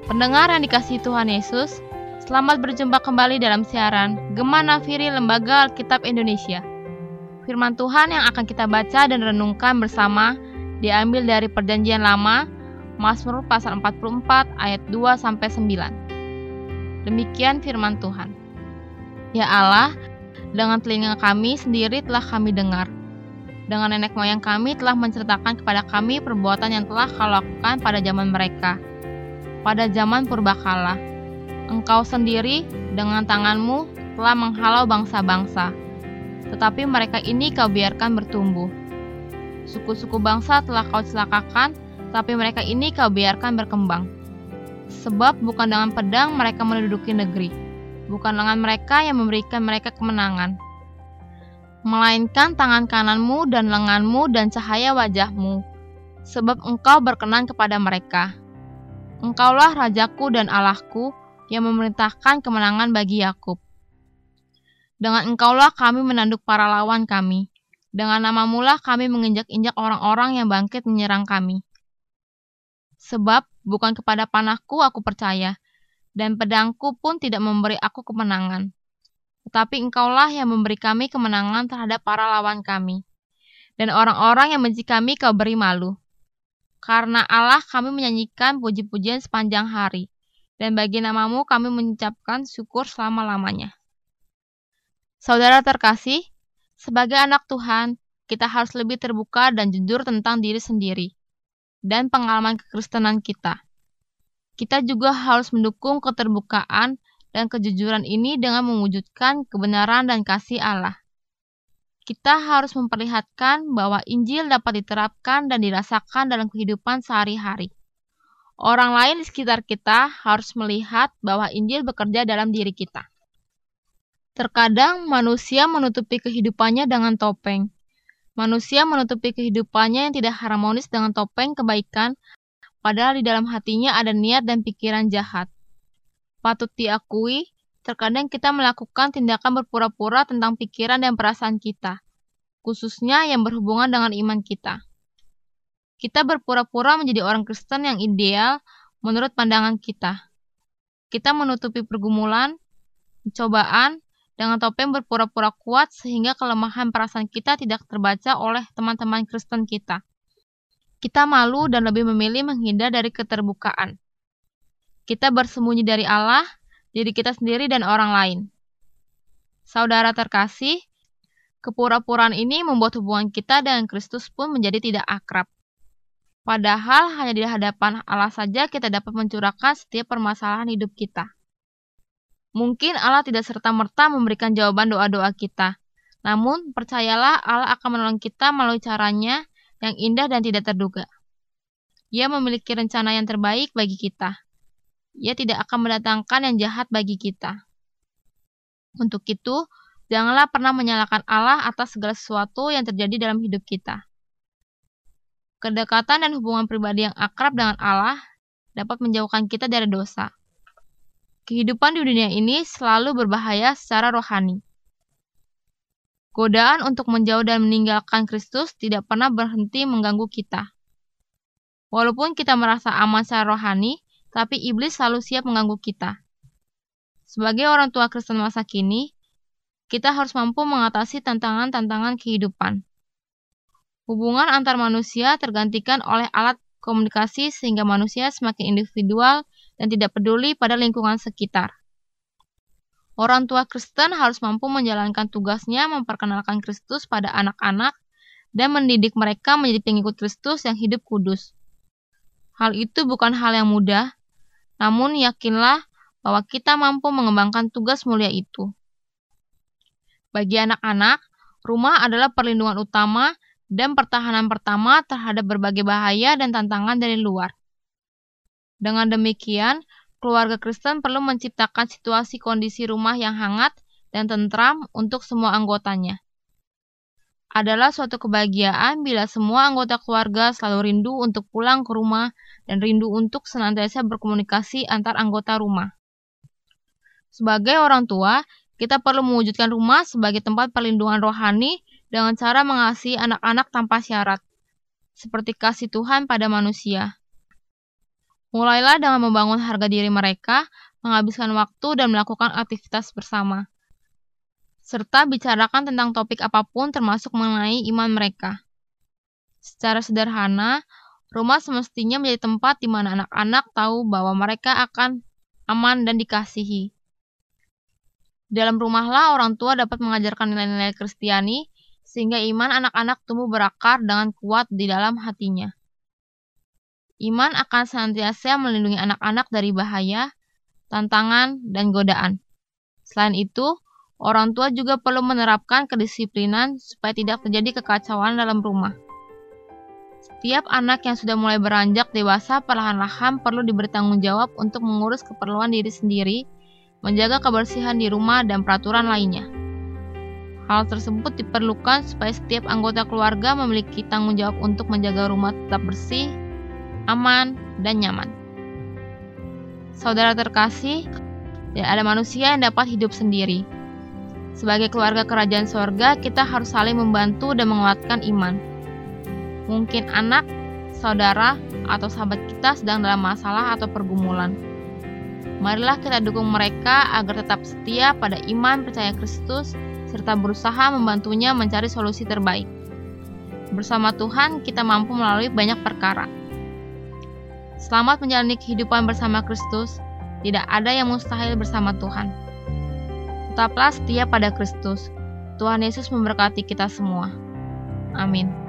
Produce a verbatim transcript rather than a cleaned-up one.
Pendengar yang dikasihi Tuhan Yesus, selamat berjumpa kembali dalam siaran Gema Nafiri Lembaga Alkitab Indonesia. Firman Tuhan yang akan kita baca dan renungkan bersama diambil dari Perjanjian Lama, Mazmur pasal empat puluh empat ayat dua sampai sembilan. Demikian firman Tuhan. Ya Allah, dengan telinga kami sendiri telah kami dengar. Dengan nenek moyang kami telah menceritakan kepada kami perbuatan yang telah Kau lakukan pada zaman mereka, pada zaman purbakala. Engkau sendiri dengan tangan-Mu telah menghalau bangsa-bangsa, tetapi mereka ini Kau biarkan bertumbuh. Suku-suku bangsa telah Kau celakakan, tapi mereka ini Kau biarkan berkembang. Sebab bukan dengan pedang mereka menduduki negeri, bukan lengan mereka yang memberikan mereka kemenangan, melainkan tangan kanan-Mu dan lengan-Mu dan cahaya wajah-Mu, sebab Engkau berkenan kepada mereka. Engkaulah Rajaku dan Allahku yang memerintahkan kemenangan bagi Yakub. Dengan Engkaulah kami menanduk para lawan kami, dengan nama-Mu lah kami menginjak-injak orang-orang yang bangkit menyerang kami. Sebab bukan kepada panahku aku percaya, dan pedangku pun tidak memberi aku kemenangan. Tetapi Engkaulah yang memberi kami kemenangan terhadap para lawan kami, dan orang-orang yang benci kami Kau beri malu. Karena Allah kami menyanyikan puji-pujian sepanjang hari, dan bagi nama-Mu kami mengucapkan syukur selama-lamanya. Saudara terkasih, sebagai anak Tuhan, kita harus lebih terbuka dan jujur tentang diri sendiri dan pengalaman kekristenan kita. Kita juga harus mendukung keterbukaan dan kejujuran ini dengan mewujudkan kebenaran dan kasih Allah. Kita harus memperlihatkan bahwa Injil dapat diterapkan dan dirasakan dalam kehidupan sehari-hari. Orang lain di sekitar kita harus melihat bahwa Injil bekerja dalam diri kita. Terkadang manusia menutupi kehidupannya dengan topeng. Manusia menutupi kehidupannya yang tidak harmonis dengan topeng kebaikan, padahal di dalam hatinya ada niat dan pikiran jahat. Patut diakui, terkadang kita melakukan tindakan berpura-pura tentang pikiran dan perasaan kita, khususnya yang berhubungan dengan iman kita. Kita berpura-pura menjadi orang Kristen yang ideal menurut pandangan kita. Kita menutupi pergumulan, cobaan, dengan topeng berpura-pura kuat sehingga kelemahan perasaan kita tidak terbaca oleh teman-teman Kristen kita. Kita malu dan lebih memilih menghindar dari keterbukaan. Kita bersembunyi dari Allah, diri kita sendiri dan orang lain. Saudara terkasih, kepura-puraan ini membuat hubungan kita dengan Kristus pun menjadi tidak akrab. Padahal hanya di hadapan Allah saja kita dapat mencurahkan setiap permasalahan hidup kita. Mungkin Allah tidak serta-merta memberikan jawaban doa-doa kita. Namun, percayalah Allah akan menolong kita melalui caranya yang indah dan tidak terduga. Ia memiliki rencana yang terbaik bagi kita. Ia tidak akan mendatangkan yang jahat bagi kita. Untuk itu, janganlah pernah menyalahkan Allah atas segala sesuatu yang terjadi dalam hidup kita. Kedekatan dan hubungan pribadi yang akrab dengan Allah dapat menjauhkan kita dari dosa. Kehidupan di dunia ini selalu berbahaya secara rohani. Godaan untuk menjauh dan meninggalkan Kristus tidak pernah berhenti mengganggu kita. Walaupun kita merasa aman secara rohani, tapi iblis selalu siap mengganggu kita. Sebagai orang tua Kristen masa kini, kita harus mampu mengatasi tantangan-tantangan kehidupan. Hubungan antar manusia tergantikan oleh alat komunikasi sehingga manusia semakin individual dan tidak peduli pada lingkungan sekitar. Orang tua Kristen harus mampu menjalankan tugasnya memperkenalkan Kristus pada anak-anak dan mendidik mereka menjadi pengikut Kristus yang hidup kudus. Hal itu bukan hal yang mudah, namun yakinlah bahwa kita mampu mengembangkan tugas mulia itu. Bagi anak-anak, rumah adalah perlindungan utama dan pertahanan pertama terhadap berbagai bahaya dan tantangan dari luar. Dengan demikian, keluarga Kristen perlu menciptakan situasi kondisi rumah yang hangat dan tentram untuk semua anggotanya. Adalah suatu kebahagiaan bila semua anggota keluarga selalu rindu untuk pulang ke rumah dan rindu untuk senantiasa berkomunikasi antar anggota rumah. Sebagai orang tua, kita perlu mewujudkan rumah sebagai tempat perlindungan rohani dengan cara mengasihi anak-anak tanpa syarat, seperti kasih Tuhan pada manusia. Mulailah dengan membangun harga diri mereka, menghabiskan waktu dan melakukan aktivitas bersama, serta bicarakan tentang topik apapun termasuk mengenai iman mereka. Secara sederhana, rumah semestinya menjadi tempat di mana anak-anak tahu bahwa mereka akan aman dan dikasihi. Dalam rumahlah orang tua dapat mengajarkan nilai-nilai Kristiani, sehingga iman anak-anak tumbuh berakar dengan kuat di dalam hatinya. Iman akan senantiasa melindungi anak-anak dari bahaya, tantangan, dan godaan. Selain itu, orang tua juga perlu menerapkan kedisiplinan supaya tidak terjadi kekacauan dalam rumah. Setiap anak yang sudah mulai beranjak dewasa perlahan-lahan perlu diberi tanggung jawab untuk mengurus keperluan diri sendiri, menjaga kebersihan di rumah, dan peraturan lainnya. Hal tersebut diperlukan supaya setiap anggota keluarga memiliki tanggung jawab untuk menjaga rumah tetap bersih, aman, dan nyaman. Saudara terkasih, tidak ada manusia yang dapat hidup sendiri. Sebagai keluarga kerajaan sorga, kita harus saling membantu dan menguatkan iman. Mungkin anak, saudara, atau sahabat kita sedang dalam masalah atau pergumulan. Marilah kita dukung mereka agar tetap setia pada iman percaya Kristus, serta berusaha membantunya mencari solusi terbaik. Bersama Tuhan, kita mampu melalui banyak perkara. Selamat menjalani kehidupan bersama Kristus. Tidak ada yang mustahil bersama Tuhan. Tetaplah setia pada Kristus. Tuhan Yesus memberkati kita semua. Amin.